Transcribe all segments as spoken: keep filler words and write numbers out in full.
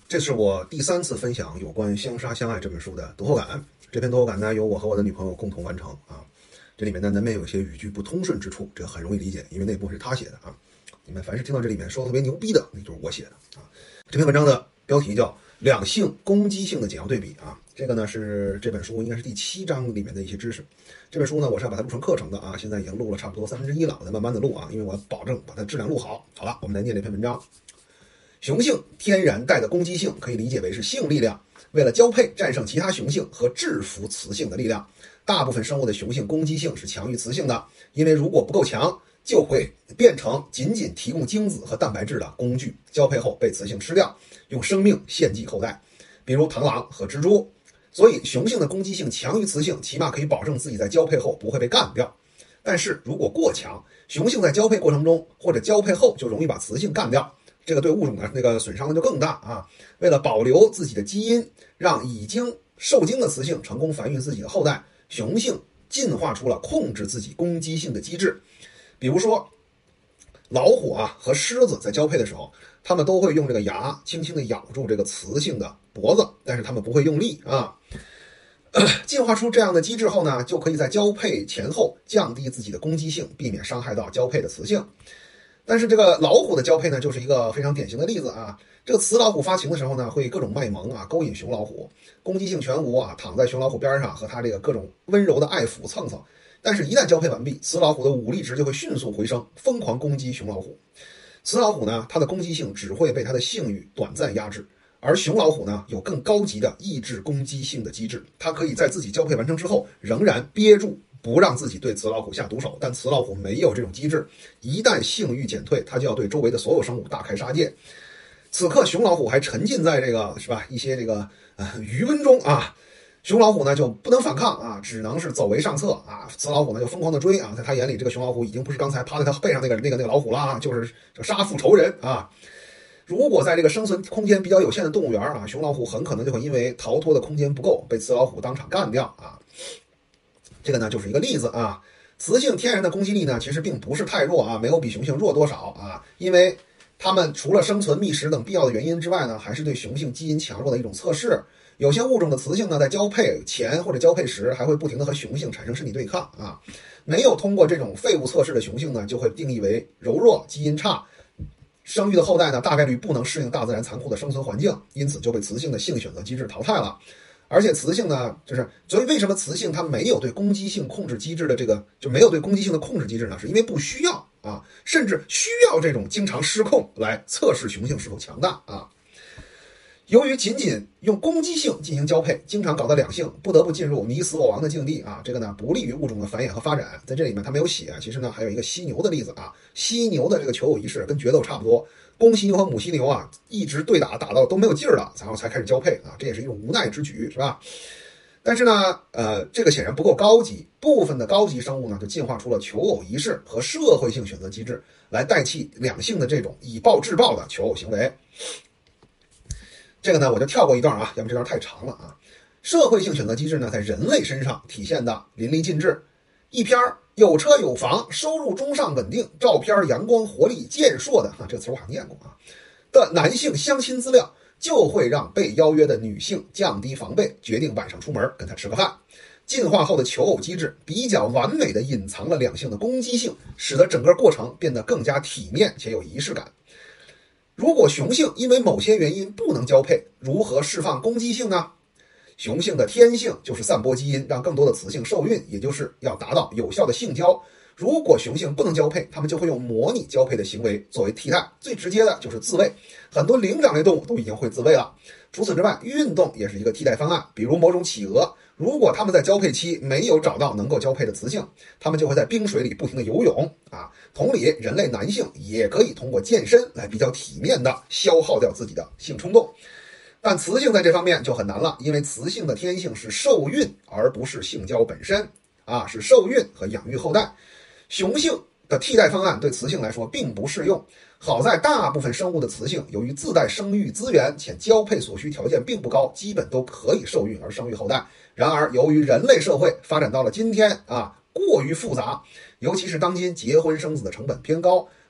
这是我第三次分享有关《相杀相爱》这本书的读后感。这篇读后感呢，由我和我的女朋友共同完成啊。这里面呢，难免有些语句不通顺之处，这个很容易理解，因为那部分是他写的啊。你们凡是听到这里面说特别牛逼的，那就是我写的啊。这篇文章的标题叫两性攻击性的简要对比啊。这个呢是这本书应该是第七章里面的一些知识。这本书呢，我是要把它录成课程的啊，现在已经录了差不多三分之一了，我在慢慢的录啊，因为我要保证把它质量录好。好了，我们来念这篇文章。雄性天然带的攻击性可以理解为是性力量，为了交配战胜其他雄性和制服雌性的力量。大部分生物的雄性攻击性是强于雌性的，因为如果不够强，就会变成仅仅提供精子和蛋白质的工具，交配后被雌性吃掉，用生命献祭后代，比如螳螂和蜘蛛。所以雄性的攻击性强于雌性，起码可以保证自己在交配后不会被干掉。但是如果过强，雄性在交配过程中或者交配后就容易把雌性干掉，这个对物种的那个损伤就更大啊！为了保留自己的基因，让已经受精的雌性成功繁育自己的后代，雄性进化出了控制自己攻击性的机制。比如说，老虎啊和狮子在交配的时候，它们都会用这个牙轻轻地咬住这个雌性的脖子，但是它们不会用力啊。进化出这样的机制后呢，就可以在交配前后降低自己的攻击性，避免伤害到交配的雌性。但是这个老虎的交配呢，就是一个非常典型的例子啊。这个雌老虎发情的时候呢，会各种卖萌啊，勾引雄老虎，攻击性全无啊，躺在雄老虎边上和它这个各种温柔的爱抚蹭蹭。但是，一旦交配完毕，雌老虎的武力值就会迅速回升，疯狂攻击雄老虎。雌老虎呢，它的攻击性只会被它的性欲短暂压制，而雄老虎呢，有更高级的抑制攻击性的机制，它可以在自己交配完成之后，仍然憋住，不让自己对雌老虎下毒手。但雌老虎没有这种机制，一旦性欲减退，它就要对周围的所有生物大开杀戒。此刻雄老虎还沉浸在这个是吧一些这个呃余温中啊，雄老虎呢就不能反抗啊，只能是走为上策啊。雌老虎呢就疯狂的追啊，在他眼里，这个雄老虎已经不是刚才趴在他背上那个那个那个老虎了啊，就是这杀父仇人啊。如果在这个生存空间比较有限的动物园啊，雄老虎很可能就会因为逃脱的空间不够，被雌老虎当场干掉啊。这个呢就是一个例子啊。雌性天然的攻击力呢，其实并不是太弱啊，没有比雄性弱多少啊，因为它们除了生存、觅食等必要的原因之外呢，还是对雄性基因强弱的一种测试。有些物种的雌性呢，在交配前或者交配时，还会不停地和雄性产生身体对抗啊。没有通过这种废物测试的雄性呢，就会定义为柔弱、基因差，生育的后代呢，大概率不能适应大自然残酷的生存环境，因此就被雌性的性选择机制淘汰了。而且雌性呢，就是所以为什么雌性它没有对攻击性控制机制的这个就没有对攻击性的控制机制呢？是因为不需要啊，甚至需要这种经常失控来测试雄性是否强大啊。由于仅仅用攻击性进行交配，经常搞到两性不得不进入你死我亡的境地啊，这个呢不利于物种的繁衍和发展。在这里面他没有写，其实呢还有一个犀牛的例子啊，犀牛的这个求偶仪式跟决斗差不多，公犀牛和母犀牛啊一直对打，打到都没有劲儿了，然后才开始交配啊，这也是一种无奈之举，是吧？但是呢，呃，这个显然不够高级，部分的高级生物呢就进化出了求偶仪式和社会性选择机制，来代替两性的这种以暴制暴的求偶行为。这个呢，我就跳过一段啊，要不这段太长了啊。社会性选择机制呢，在人类身上体现的淋漓尽致。一篇有车有房、收入中上稳定、照片阳光活力健硕的啊，这个词我好像念过啊的男性相亲资料，就会让被邀约的女性降低防备，决定晚上出门跟他吃个饭。进化后的求偶机制比较完美的隐藏了两性的攻击性，使得整个过程变得更加体面且有仪式感。如果雄性因为某些原因不能交配，如何释放攻击性呢？雄性的天性就是散播基因，让更多的雌性受孕，也就是要达到有效的性交。如果雄性不能交配，他们就会用模拟交配的行为作为替代，最直接的就是自慰，很多灵长类动物都已经会自慰了。除此之外，运动也是一个替代方案，比如某种企鹅，如果他们在交配期没有找到能够交配的雌性，他们就会在冰水里不停地游泳啊。同理，人类男性也可以通过健身来比较体面地消耗掉自己的性冲动。但雌性在这方面就很难了，因为雌性的天性是受孕而不是性交本身啊，是受孕和养育后代。雄性的替代方案对雌性来说并不适用。好在大部分生物的雌性由于自带生育资源且交配所需条件并不高，基本都可以受孕而生育后代。然而由于人类社会发展到了今天啊，过于复杂，尤其是当今结婚生子的成本偏高，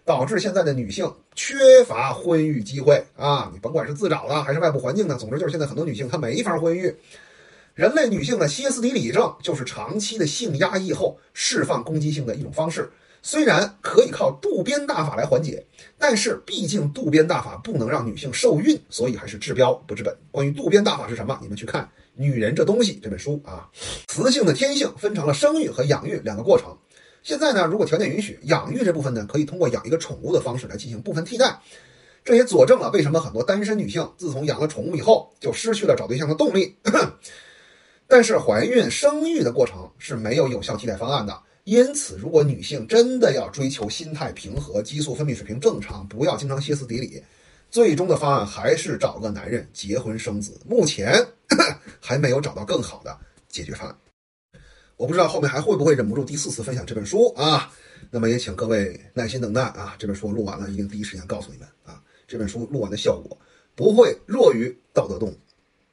导致现在的女性缺乏婚育机会啊！你甭管是自找的还是外部环境的，总之就是现在很多女性她没法婚育。人类女性的歇斯底里症就是长期的性压抑后释放攻击性的一种方式，虽然可以靠渡边大法来缓解，但是毕竟渡边大法不能让女性受孕，所以还是治标不治本。关于渡边大法是什么，你们去看《女人这东西》这本书啊。雌性的天性分成了生育和养育两个过程。现在呢，如果条件允许，养育这部分呢，可以通过养一个宠物的方式来进行部分替代。这也佐证了为什么很多单身女性自从养了宠物以后，就失去了找对象的动力。但是怀孕生育的过程是没有有效替代方案的，因此如果女性真的要追求心态平和，激素分泌水平正常，不要经常歇斯底里，最终的方案还是找个男人结婚生子。目前还没有找到更好的解决方案。我不知道后面还会不会忍不住第四次分享这本书啊？那么也请各位耐心等待啊，这本书录完了一定第一时间告诉你们啊，这本书录完的效果不会弱于道德动物。